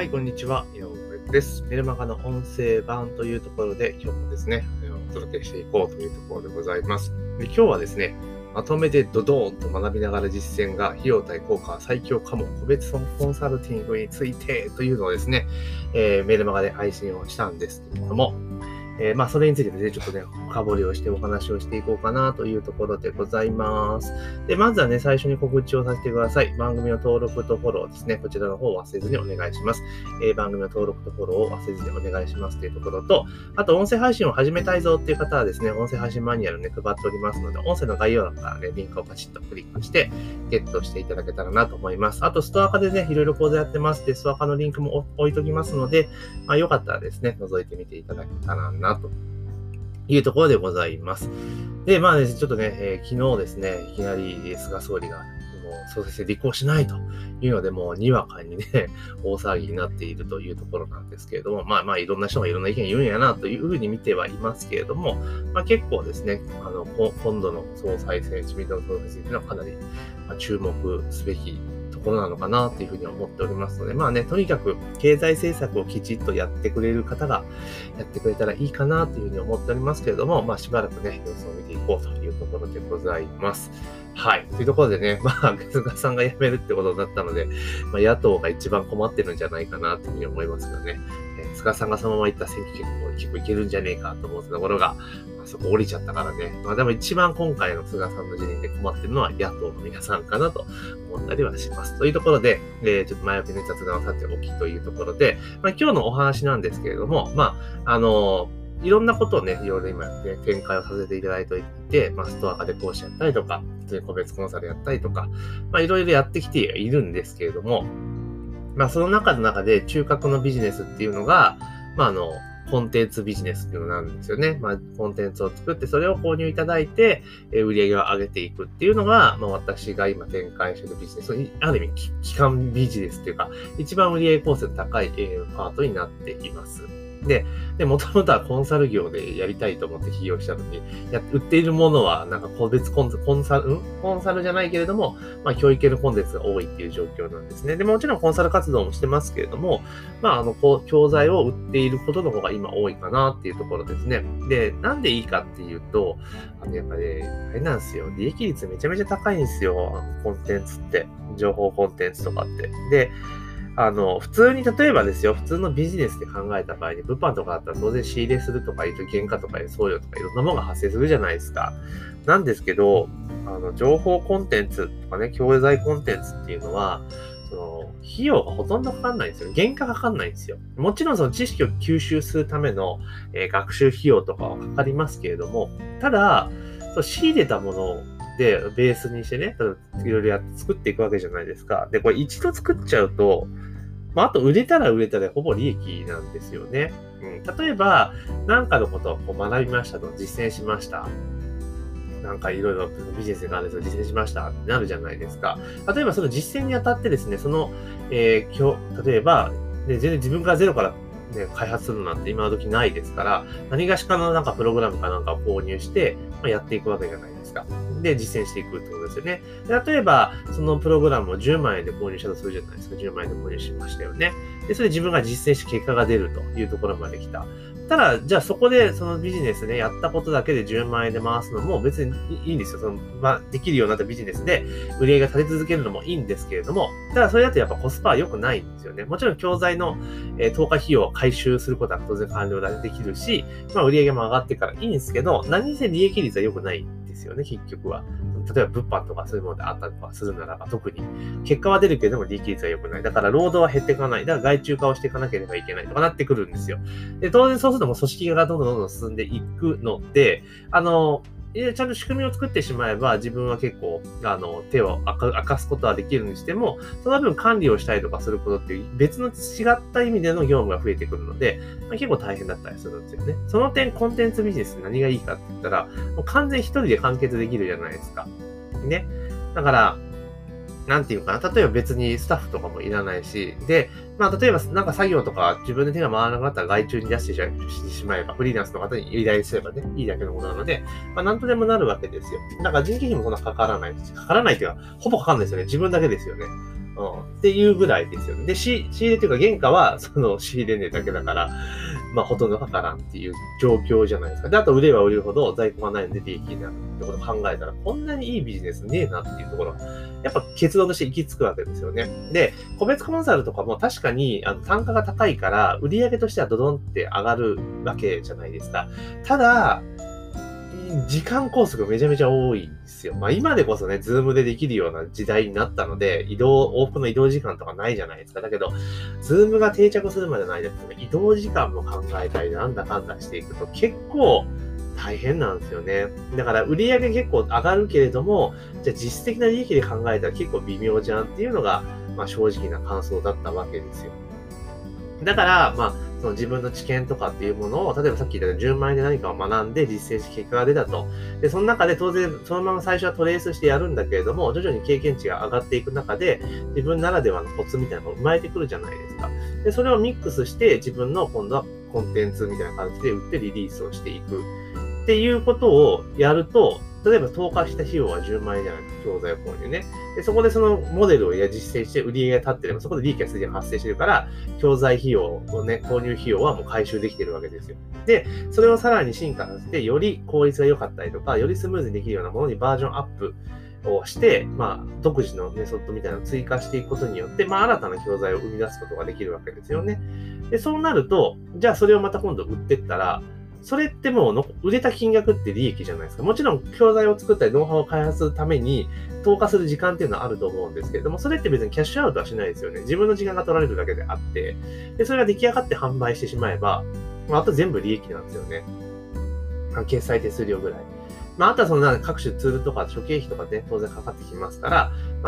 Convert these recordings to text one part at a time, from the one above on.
はい、こんにちは。井上です。メルマガの音声版というところで、今日もですね、お届けしていこうというところでございます。で、今日はですね、まとめてドドーンと学びながら実践が費用対効果は最強かも個別コンサルティングについてというのをですね、メルマガで配信をしたんですけれども、それについてですね、ちょっとね、深掘りをしてお話をしていこうかなというところでございます。で、まずはね、最初に告知をさせてください。番組の登録とフォローですね、こちらの方を忘れずにお願いします。番組の登録とフォローを忘れずにお願いしますというところと、あと、音声配信を始めたいぞっていう方はですね、音声配信マニュアルね、配っておりますので、音声の概要欄からね、リンクをパチッとクリックして、ゲットしていただけたらなと思います。あと、ストア化でね、いろいろ講座やってます。で、ストア化のリンクも置いときますので、よかったらですね、覗いてみていただけたらなというところでございます。で、ちょっとね、昨日ですね、いきなり菅総理が、もう総裁選立候補しないというので、もうにわかにね、大騒ぎになっているというところなんですけれども、いろんな人がいろんな意見言うんやなというふうに見てはいますけれども、結構ですね、今度の総裁選、自民党の総裁選というのはかなり注目すべきところなのかなというふうに思っておりますので、とにかく経済政策をきちっとやってくれる方がやってくれたらいいかなというふうに思っておりますけれども、しばらくね、様子を見ていこうというところでございます。はい。というところでね、菅さんが辞めるってことになったので、野党が一番困ってるんじゃないかなというふうに思いますけどね。菅さんがそのまま行った選挙結構いけるんじゃねえかと思うところが、そこ降りちゃったからね。でも一番今回の菅さんの辞任で困ってるのは野党の皆さんかなと思ったりはします。というところで、ちょっと前置きの雑談をさておきというところで、今日のお話なんですけれども、いろんなことをね、いろいろ今ね、展開をさせていただいておいて、ストア化で講師やったりとか、普通に個別コンサルやったりとか、いろいろやってきているんですけれども、その中で中核のビジネスっていうのが、コンテンツビジネスっていうのなんですよね。コンテンツを作ってそれを購入いただいて、売り上げを上げていくっていうのが、私が今展開しているビジネス、ある意味、基幹ビジネスっていうか、一番売り上げ構成の高いパートになっています。で、もともとはコンサル業でやりたいと思って起業したのに、売っているものは、個別コンサルじゃないけれども、教育系のコンテンツが多いっていう状況なんですね。で、もちろんコンサル活動もしてますけれども、教材を売っていることの方が今多いかなっていうところですね。で、なんでいいかっていうと、やっぱり、あれなんですよ。利益率めちゃめちゃ高いんですよ。コンテンツって。情報コンテンツとかって。で、普通に、例えばですよ、普通のビジネスで考えた場合に、物販とかだったら当然仕入れするとか、原価とか送料とかいろんなものが発生するじゃないですか。なんですけど、情報コンテンツとかね、教材コンテンツっていうのは、費用がほとんどかかんないんですよ。原価かかんないんですよ。もちろんその知識を吸収するための、学習費用とかはかかりますけれども、ただ、仕入れたもので、ベースにしてね、いろいろやって作っていくわけじゃないですか。で、これ一度作っちゃうと、あと売れたら売れたでほぼ利益なんですよね。例えば、何かのことを学びましたと、実践しました。いろいろビジネスがあるんですけど、実践しましたってなるじゃないですか。例えばその実践にあたってですね、例えば、全然自分からゼロからね、開発するなんて今時ないですから、何がしかのプログラムかなんかを購入して、やっていくわけじゃないですか。で、実践していくってことですよね。例えば、そのプログラムを10万円で購入したとするじゃないですか。10万円で購入しましたよね。で、それで自分が実践して結果が出るというところまで来た。ただ、じゃあそこでそのビジネスね、やったことだけで10万円で回すのも別にいいんですよ。できるようになったビジネスで売り上げが立て続けるのもいいんですけれども、ただそれだとやっぱコスパは良くないんですよね。もちろん教材の投下費用を回収することは当然完了できるし、売り上げも上がってからいいんですけど、何せ利益率は良くないんですよね、結局は。例えば物販とかそういうものであったりとかするならば特に。結果は出るけども利益率は良くない。だから労働は減っていかない。だから外注化をしていかなければいけないとかなってくるんですよ。で、当然そうするともう組織化がどんどん進んでいくので、ちゃんと仕組みを作ってしまえば自分は結構、手を明かすことはできるにしても、その分管理をしたりとかすることっていう別の違った意味での業務が増えてくるので、結構大変だったりするんですよね。その点、コンテンツビジネス何がいいかって言ったら、もう完全一人で完結できるじゃないですか。ね。だから、なんていうかな。例えば別にスタッフとかもいらないし、で、例えば作業とか自分で手が回らなくなったら外注に出してしまえば、フリーランスの方に依頼すればね、いいだけのことなので、なんとでもなるわけですよ。だから人件費もそんなかからないし、かからないっていうか、ほぼかかんないですよね。自分だけですよね。 っていうぐらいですよね。で、仕入れというか原価はその仕入れ値だけだから、ほとんどかからんっていう状況じゃないですか。で、あと売れば売れるほど在庫がないので利益になるってことを考えたら、こんなにいいビジネスねえなっていうところ、やっぱ結論として行き着くわけですよね。で、個別コンサルとかも確かに単価が高いから、売上としてはドドンって上がるわけじゃないですか。ただ、時間拘束めちゃめちゃ多いんですよ。今でこそね、ズームでできるような時代になったので、往復の移動時間とかないじゃないですか。だけど、ズームが定着するまでの間って移動時間も考えたり、なんだかんだしていくと結構大変なんですよね。だから売上結構上がるけれども、じゃあ実質的な利益で考えたら結構微妙じゃんっていうのが、正直な感想だったわけですよ。だから、その自分の知見とかっていうものを、例えばさっき言ったように10万円で何かを学んで実践して結果が出たと。で、その中で当然、そのまま最初はトレースしてやるんだけれども、徐々に経験値が上がっていく中で、自分ならではのコツみたいなのが生まれてくるじゃないですか。で、それをミックスして、自分の今度はコンテンツみたいな感じで売ってリリースをしていく。っていうことをやると、例えば投下した費用は10万円じゃないですか、教材購入ね。で、そこでそのモデルを実践して売り上げが立ってれば、そこで利益がすでに発生してるから、教材費用をね、購入費用はもう回収できてるわけですよ。で、それをさらに進化させて、より効率が良かったりとか、よりスムーズにできるようなものにバージョンアップをして、独自のメソッドみたいなのを追加していくことによって、新たな教材を生み出すことができるわけですよね。で、そうなると、じゃあそれをまた今度売ってったら、それってもう売れた金額って利益じゃないですか。もちろん教材を作ったりノウハウを開発するために投下する時間っていうのはあると思うんですけれども、それって別にキャッシュアウトはしないですよね。自分の時間が取られるだけであって、で、それが出来上がって販売してしまえば、あと全部利益なんですよね。決済手数料ぐらい。あとはその各種ツールとか諸経費とかね、当然かかってきますから、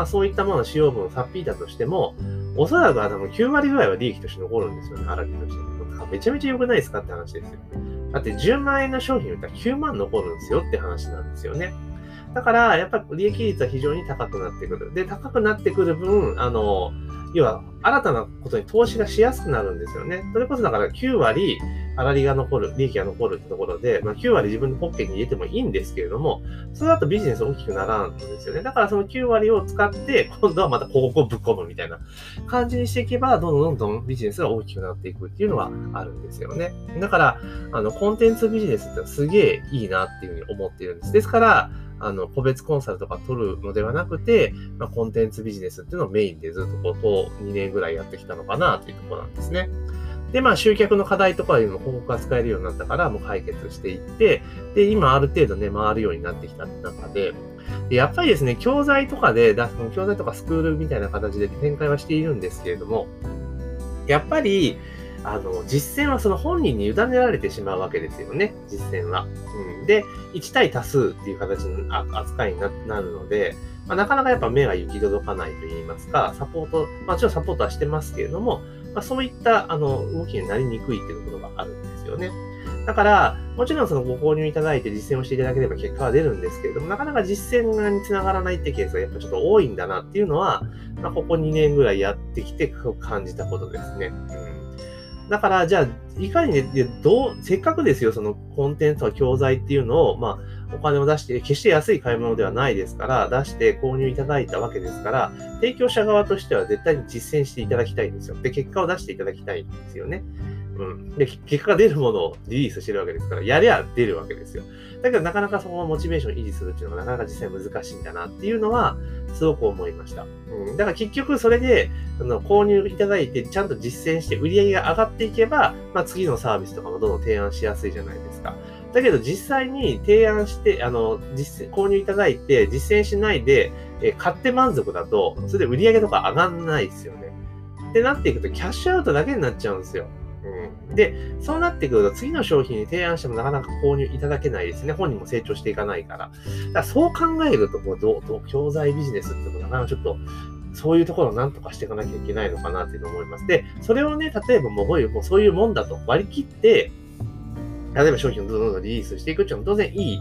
そういったものの使用分をさっぴいたとしても、おそらく9割ぐらいは利益として残るんですよね、粗利として。めちゃめちゃ良くないですかって話ですよ。だって10万円の商品売ったら9万残るんですよって話なんですよね。だから、やっぱり利益率は非常に高くなってくる。で、高くなってくる分、要は、新たなことに投資がしやすくなるんですよね。それこそだから9割、粗利が残る、利益が残るってところで、9割自分のポッケに入れてもいいんですけれども、それだとビジネス大きくならんんですよね。だからその9割を使って、今度はまた広告をぶっ込むみたいな感じにしていけば、どんどんビジネスが大きくなっていくっていうのはあるんですよね。だから、コンテンツビジネスってすげえいいなっていうふうに思っているんです。ですから、個別コンサルとか取るのではなくて、コンテンツビジネスっていうのをメインでずっと2年ぐらいやってきたのかなというところなんですね。で、集客の課題とかいうのも広告が使えるようになったから、もう解決していって、で、今ある程度ね、回るようになってきた中で、やっぱりですね、教材とか教材とかスクールみたいな形で展開はしているんですけれども、やっぱり、実践はその本人に委ねられてしまうわけですよね、実践は。で、1対多数っていう形の扱いになるので、なかなかやっぱ目が行き届かないと言いますか、もちろんサポートはしてますけれども、そういった動きになりにくいっていうところがあるんですよね。だから、もちろんそのご購入いただいて実践をしていただければ結果は出るんですけれども、なかなか実践につながらないってケースがやっぱちょっと多いんだなっていうのは、ここ2年ぐらいやってきて感じたことですね。だから、じゃあ、いかにね、せっかくですよ、そのコンテンツとか教材っていうのを、お金を出して、決して安い買い物ではないですから、出して購入いただいたわけですから、提供者側としては絶対に実践していただきたいんですよ。で、結果を出していただきたいんですよね。で、結果が出るものをリリースしてるわけですから、やりゃ出るわけですよ。だけど、なかなかそのモチベーションを維持するっていうのがなかなか実際難しいんだなっていうのは、すごく思いました。だから結局それで、購入いただいて、ちゃんと実践して売り上げが上がっていけば、次のサービスとかもどんどん提案しやすいじゃないですか。だけど実際に提案して、購入いただいて実践しないで、買って満足だと、それで売り上げとか上がんないですよね。ってなっていくと、キャッシュアウトだけになっちゃうんですよ。で、そうなってくると、次の商品に提案してもなかなか購入いただけないですね。本人も成長していかないから。だからそう考えると、教材ビジネスってもなかなかちょっと、そういうところを何とかしていかなきゃいけないのかなっていうのを思います。で、それをね、例えばもうそういうもんだと割り切って、例えば商品をどんどんリリースしていくっていうのも当然いいと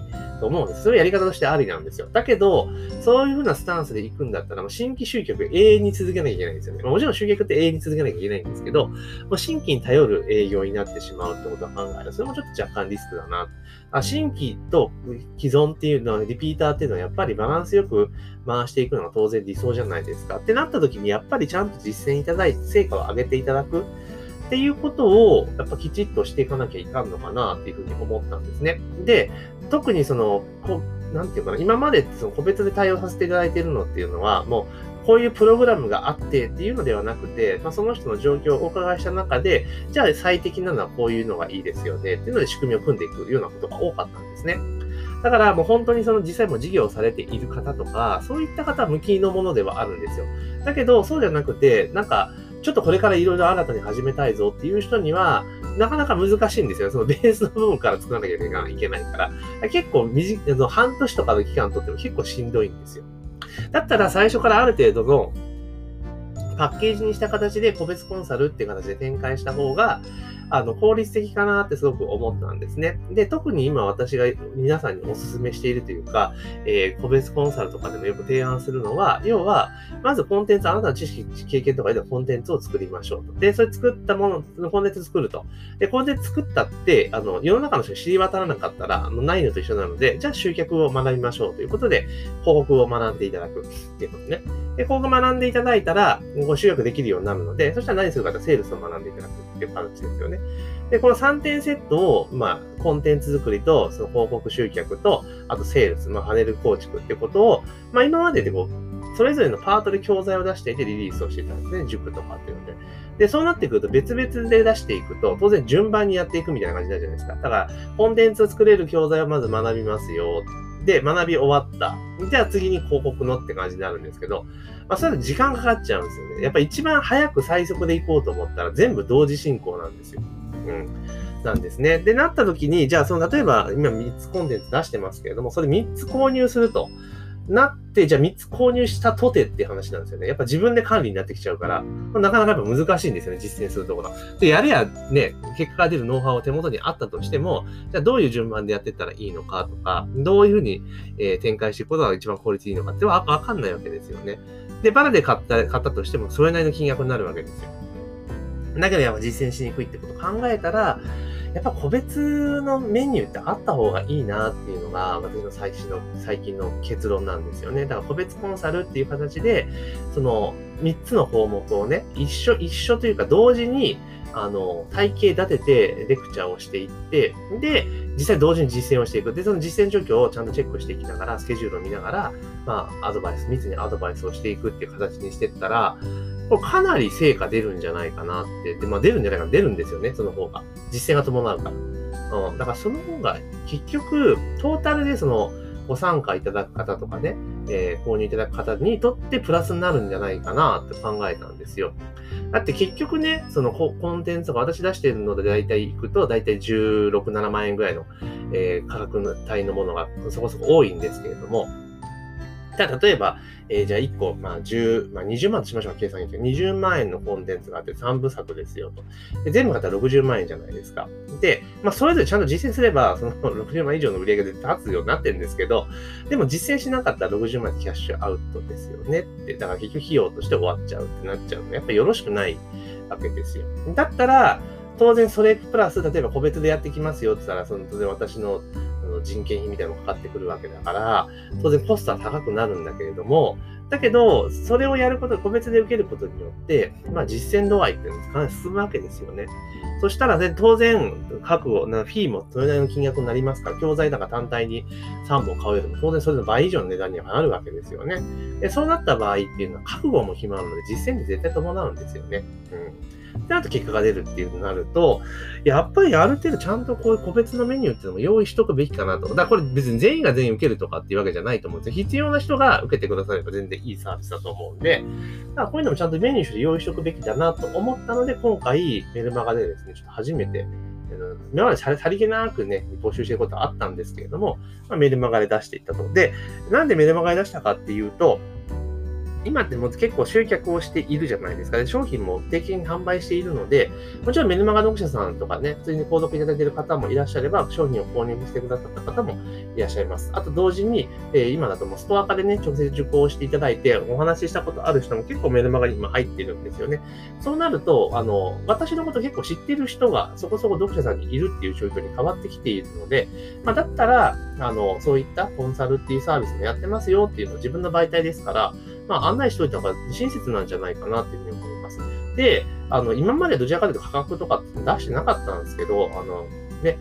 と思うんです。それやり方としてありなんですよ。だけど、そういう風なスタンスで行くんだったら、もう新規集客永遠に続けなきゃいけないんですよね。もちろん集客って永遠に続けなきゃいけないんですけど、もう新規に頼る営業になってしまうってことを考えると、それもちょっと若干リスクだな。新規と既存っていうのは、リピーターっていうのはやっぱりバランスよく回していくのが当然理想じゃないですか。ってなった時に、やっぱりちゃんと実践いただいて、成果を上げていただく。っていうことを、やっぱきちっとしていかなきゃいかんのかなっていうふうに思ったんですね。で、特になんていうかな、今までその個別で対応させていただいているのっていうのは、もう、こういうプログラムがあってっていうのではなくて、その人の状況をお伺いした中で、じゃあ最適なのはこういうのがいいですよねっていうので仕組みを組んでいくようなことが多かったんですね。だからもう本当に実際も事業をされている方とか、そういった方は向きのものではあるんですよ。だけど、そうじゃなくて、ちょっとこれからいろいろ新たに始めたいぞっていう人には、なかなか難しいんですよ。そのベースの部分から作らなきゃいけないから。結構半年とかの期間とっても結構しんどいんですよ。だったら最初からある程度のパッケージにした形で個別コンサルっていう形で展開した方が、効率的かなってすごく思ったんですね。で、特に今私が皆さんにお勧めしているというか、個別コンサルとかでもよく提案するのは、要は、まずコンテンツ、あなたの知識、経験とかでコンテンツを作りましょうと。で、それ作ったもの、コンテンツ作ると。で、コンテンツ作ったって、世の中の人が知り渡らなかったら、ないのと一緒なので、じゃあ集客を学びましょうということで、広告を学んでいただくっていうことね。で、広告学んでいただいたら、ご集約できるようになるので、そしたら何するかとセールスを学んでいただくっていう形ですよね。で、この3点セットを、コンテンツ作りと、その広告集客と、あとセールス、パネル構築ってことを、今まででそれぞれのパートで教材を出していてリリースをしていたんですね。塾とかっていうので。で、そうなってくると別々で出していくと、当然順番にやっていくみたいな感じになるじゃないですか。だから、コンテンツを作れる教材をまず学びますよ。で、学び終わった。じゃあ次に広告のって感じになるんですけど、それだと時間かかっちゃうんですよね。やっぱ一番早く最速で行こうと思ったら全部同時進行なんですよ。なんですね。で、なった時に、じゃあ例えば今3つコンテンツ出してますけれども、それ3つ購入するとなって、じゃあ3つ購入したとてっていう話なんですよね。やっぱ自分で管理になってきちゃうから、なかなかやっぱ難しいんですよね、実践するところ。で、やれやね、結果が出るノウハウを手元にあったとしても、じゃあどういう順番でやっていったらいいのかとか、どういうふうに、展開していくことが一番効率いいのかってわかんないわけですよね。で、バラで買ったとしても、それなりの金額になるわけですよ。だけどやっぱ実践しにくいってことを考えたら、やっぱ個別のメニューってあった方がいいなっていうのが私の最近の結論なんですよね。だから個別コンサルっていう形で、その3つの項目をね、一緒というか同時に、体系立ててレクチャーをしていって、で、実際同時に実践をしていく。で、その実践状況をちゃんとチェックしていきながら、スケジュールを見ながら、密にアドバイスをしていくっていう形にしていったら、これかなり成果出るんじゃないかなって。で、出るんじゃないかな、出るんですよね、その方が。実践が伴うから。だからその方が、結局、トータルでご参加いただく方とかね、購入いただく方にとってプラスになるんじゃないかなって考えたんですよ。だって結局ね、コンテンツが私出しているので大体行くと大体16、7万円ぐらいの、価格帯のものがそこそこ多いんですけれども、じゃあ例えば、じゃあ1個、20万としましょう、計算して。20万円のコンテンツがあって3部作ですよと。で全部買ったら60万円じゃないですか。で、それぞれちゃんと実践すれば、その60万以上の売り上げで立つようになってるんですけど、でも実践しなかったら60万円キャッシュアウトですよねって。だから結局費用として終わっちゃうってなっちゃうので、やっぱりよろしくないわけですよ。だったら、当然それプラス、例えば個別でやってきますよって言ったら、当然私の人件費みたいなのがかかってくるわけだから、当然コストは高くなるんだけれども、だけど、それをやること、個別で受けることによって、実践度合いっていうのがかなり進むわけですよね。そしたらね、当然、フィーもそれなりの金額になりますから、教材なんか単体に3本買うよりも、当然それの倍以上の値段にはなるわけですよね。で、そうなった場合っていうのは、覚悟も決まるので、実践に絶対伴うんですよね。で、あと結果が出るっていうのになると、やっぱりある程度ちゃんとこういう個別のメニューっていうのも用意しとくべきかなと。だからこれ別に全員が全員受けるとかっていうわけじゃないと思うんですよ。必要な人が受けてくだされば全然いいサービスだと思うんで、だからこういうのもちゃんとメニューとして用意しとくべきだなと思ったので、今回メルマガでですね、ちょっと初めて、今までさりげなくね、募集してることはあったんですけれども、メルマガで出していったと。で、なんでメルマガで出したかっていうと、 今ってもう結構集客をしているじゃないですかね。商品も定期的に販売しているので、もちろんメルマガ読者さんとかね、普通に購読いただいている方もいらっしゃれば、商品を購入してくださった方もいらっしゃいます。あと同時に、今だともうストア化でね、直接受講していただいて、お話ししたことある人も結構メルマガに今入ってるんですよね。そうなると、私のこと結構知っている人がそこそこ読者さんにいるっていう状況に変わってきているので、だったら、そういったコンサルっていうサービスもやってますよっていうのを自分の媒体ですから、案内しといた方が親切なんじゃないかなというふうに思います。で、今までどちらかというと価格とかって出してなかったんですけど、ね、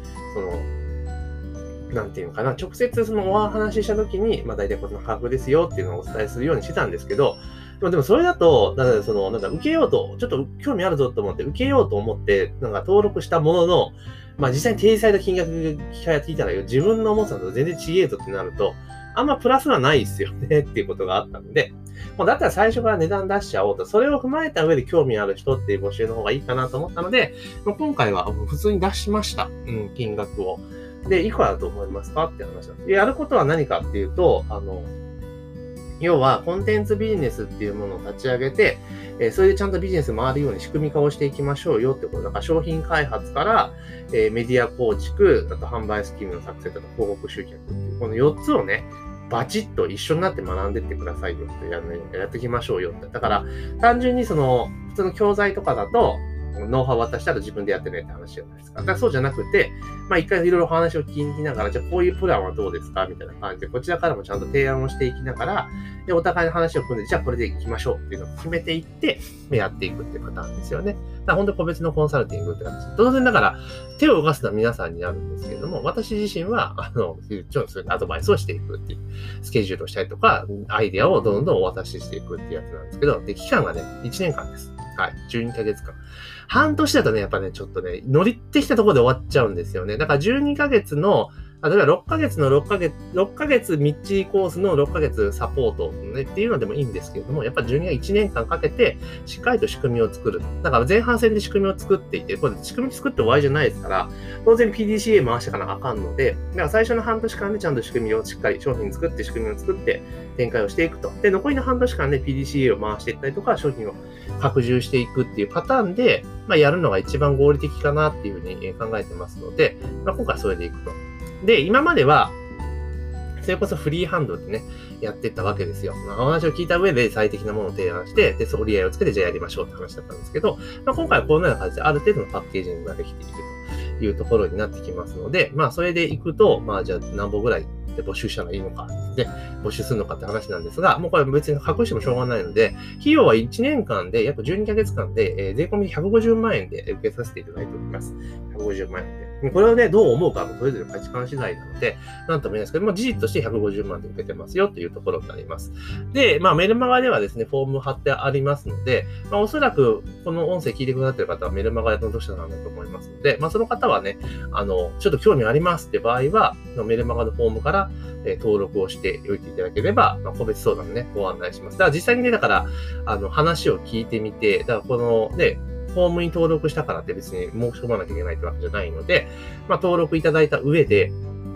なんていうのかな、直接そのお話ししたときに、大体この価格ですよっていうのをお伝えするようにしてたんですけど、でもそれだと、受けようと、ちょっと興味あるぞと思って、受けようと思って、登録したものの、実際に提示された金額聞いたら、自分の思ってたのと全然違えぞってなると、あんまプラスはないですよねっていうことがあったので、だったら最初から値段出しちゃおうと、それを踏まえた上で興味ある人っていう募集の方がいいかなと思ったので、今回は普通に出しました。金額を。で、いくらだと思いますかって話なんです。やることは何かっていうと、要はコンテンツビジネスっていうものを立ち上げて、それでちゃんとビジネス回るように仕組み化をしていきましょうよってこと。だから商品開発から、メディア構築、あと販売スキームの作成だと広告集客っていう、この4つをね、バチッと一緒になって学んでってくださいよってやっていきましょうよって。だから、単純に普通の教材とかだと、ノウハウ渡したら自分でやってねって話じゃないですか。だからそうじゃなくて、一回いろいろ話を聞きながら、じゃあこういうプランはどうですかみたいな感じで、こちらからもちゃんと提案をしていきながら、で、お互いの話を組んで、じゃあこれで行きましょうっていうのを決めていって、やっていくっていうパターンですよね。だから本当に個別のコンサルティングって感じ。当然だから、手を動かすのは皆さんになるんですけれども、私自身は、ちょっとそういうアドバイスをしていくっていう、スケジュールをしたりとか、アイデアをどんどんお渡ししていくっていうやつなんですけど、で、期間がね、1年間です。はい。12ヶ月間。半年だとね、やっぱね、ちょっとね、乗りってきたところで終わっちゃうんですよね。だから12ヶ月の、例えば6ヶ月の6ヶ月みっちりコースの6ヶ月サポート、ね、っていうのでもいいんですけれども、やっぱ12が1年間かけて、しっかりと仕組みを作る。だから前半戦で仕組みを作っていて、これ仕組み作って終わりじゃないですから、当然 PDCA 回してからあかんので、だから最初の半年間でちゃんと仕組みをしっかり商品作って仕組みを作って展開をしていくと。で、残りの半年間で PDCA を回していったりとか、商品を拡充していくっていうパターンで、やるのが一番合理的かなっていうふうに考えてますので、今回はそれでいくと。で、今までは、それこそフリーハンドでね、やっていったわけですよ。お話を聞いた上で最適なものを提案して、で、折り合いをつけてじゃあやりましょうって話だったんですけど、今回はこのような感じである程度のパッケージングができているというところになってきますので、それでいくと、じゃあ何本ぐらいで募集したらいいのか、で、募集するのかって話なんですが、もうこれ別に隠してもしょうがないので、費用は1年間で、約12ヶ月間で、税込み150万円で受けさせていただいております。150万円で。これをね、どう思うかもそれぞれ価値観次第なので、なんとも言えないですけども、事実として150万で受けてますよというところになります。で、メルマガではですね、フォーム貼ってありますので、おそらくこの音声聞いてくださっている方はメルマガの読者さんだと思いますので、その方はね、ちょっと興味ありますって場合は、メルマガのフォームから登録をしておいていただければ、個別相談ね、ご案内します。だから実際にね、話を聞いてみて、だからこのね、フォームに登録したからって別に申し込まなきゃいけないってわけじゃないので、登録いただいた上で、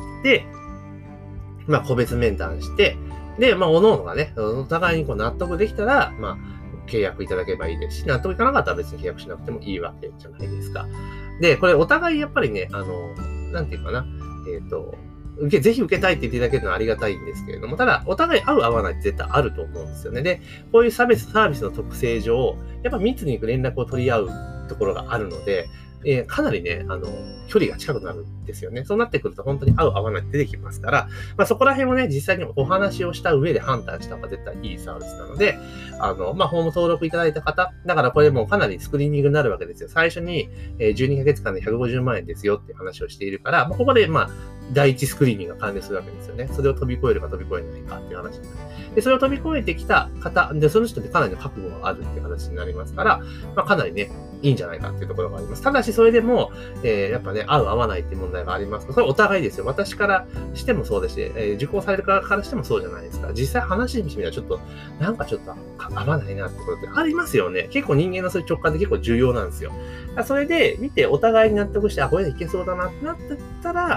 個別面談して、で、各々がね、お互いに納得できたら、契約いただければいいですし、納得いかなかったら別に契約しなくてもいいわけじゃないですか。で、これお互いやっぱりね、なんていうかな、ぜひ受けたいって言っていただけるのはありがたいんですけれども、ただ、お互い合う合わないって絶対あると思うんですよね。で、こういうサービスの特性上、やっぱ密に連絡を取り合うところがあるので、かなりね、距離が近くなるんですよね。そうなってくると本当に合う合わないって出てきますから、そこら辺をね、実際にお話をした上で判断した方が絶対いいサービスなので、フォーム登録いただいた方、だからこれもかなりスクリーニングになるわけですよ。最初に、12ヶ月間で150万円ですよっていう話をしているから、ここで第一スクリーニングが完了するわけですよね。それを飛び越えるか飛び越えないかっていう話になる。で、それを飛び越えてきた方、で、その人ってかなりの覚悟があるっていう話になりますから、かなりね、いいんじゃないかっていうところがあります。ただし、それでも、やっぱね、合う合わないっていう問題があります。それはお互いですよ。私からしてもそうですし、受講される側からしてもそうじゃないですか。実際話してみたらちょっと合わないなってことってありますよね。結構人間のそういう直感って結構重要なんですよ。それで見てお互いに納得して、これでいけそうだなってなってたら、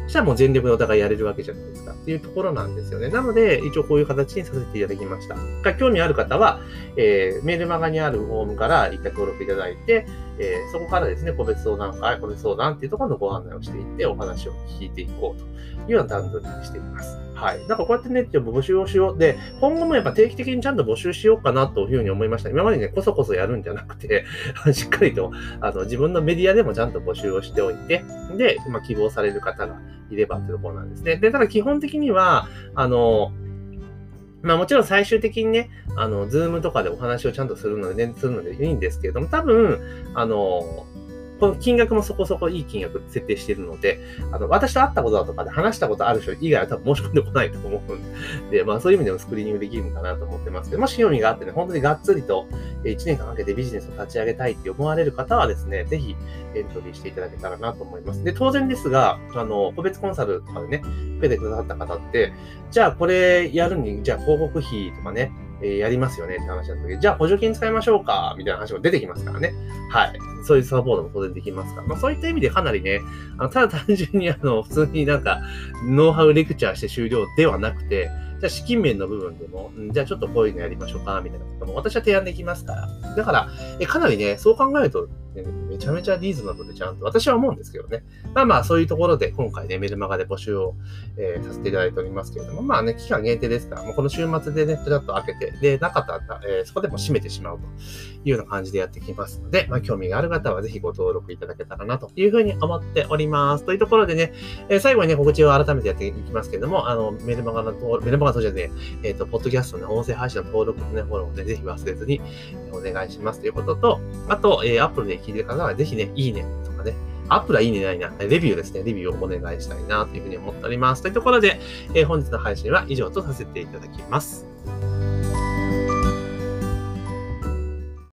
そしたらもう全力でお互いやれるわけじゃないですかっていうところなんですよね。なので、一応こういう形にさせていただきました。興味ある方は、メールマガにあるフォームから一回登録いただいて、そこからですね、個別相談会、個別相談っていうところのご案内をしていって、お話を聞いていこうというような段取りにしています。はい。なんかこうやってね、募集をしよう。で、今後もやっぱ定期的にちゃんと募集しようかなというふうに思いました。今までね、こそこそやるんじゃなくて、しっかりと、自分のメディアでもちゃんと募集をしておいて、で、希望される方がいればっていうところなんですね。で、ただ基本的には、もちろん最終的にね、ズームとかでお話をちゃんとするのでいいんですけれども、多分、この金額もそこそこいい金額設定しているので、私と会ったことだとかで話したことある人以外は多分申し込んでこないと思うんで、そういう意味でもスクリーニングできるのかなと思ってますけど、もし興味があってね、本当にがっつりと1年間かけてビジネスを立ち上げたいって思われる方はですね、ぜひエントリーしていただけたらなと思います。で、当然ですが、個別コンサルとかでね、受けてくださった方って、じゃあこれやるに、じゃあ広告費とかね、やりますよねって話だった時、じゃあ補助金使いましょうかみたいな話も出てきますからね。はい。そういうサポートも当然できますから。そういった意味でかなりね、ただ単純に普通になんか、ノウハウレクチャーして終了ではなくて、じゃあ資金面の部分でも、じゃあちょっとこういうのやりましょうかみたいなことも私は提案できますから。だから、かなりね、そう考えると、めちゃめちゃリーズナブルでちゃんと私は思うんですけどね。そういうところで今回ね、メルマガで募集を、させていただいておりますけれども、期間限定ですから、もうこの週末でね、ちょっと開けて、で、なかったら、そこでも閉めてしまうというような感じでやってきますので、興味がある方はぜひご登録いただけたらなというふうに思っております。というところでね、最後にね、告知を改めてやっていきますけれども、メルマガとじゃね、ポッドキャストの音声配信の登録とね、フォローをね、ぜひ忘れずにお願いしますということと、あと、Apple で聞いてる方はぜひね、いいねとかね、Apple はいいねないな、レビューですね、レビューをお願いしたいなというふうに思っております。というところで、本日の配信は以上とさせていただきます。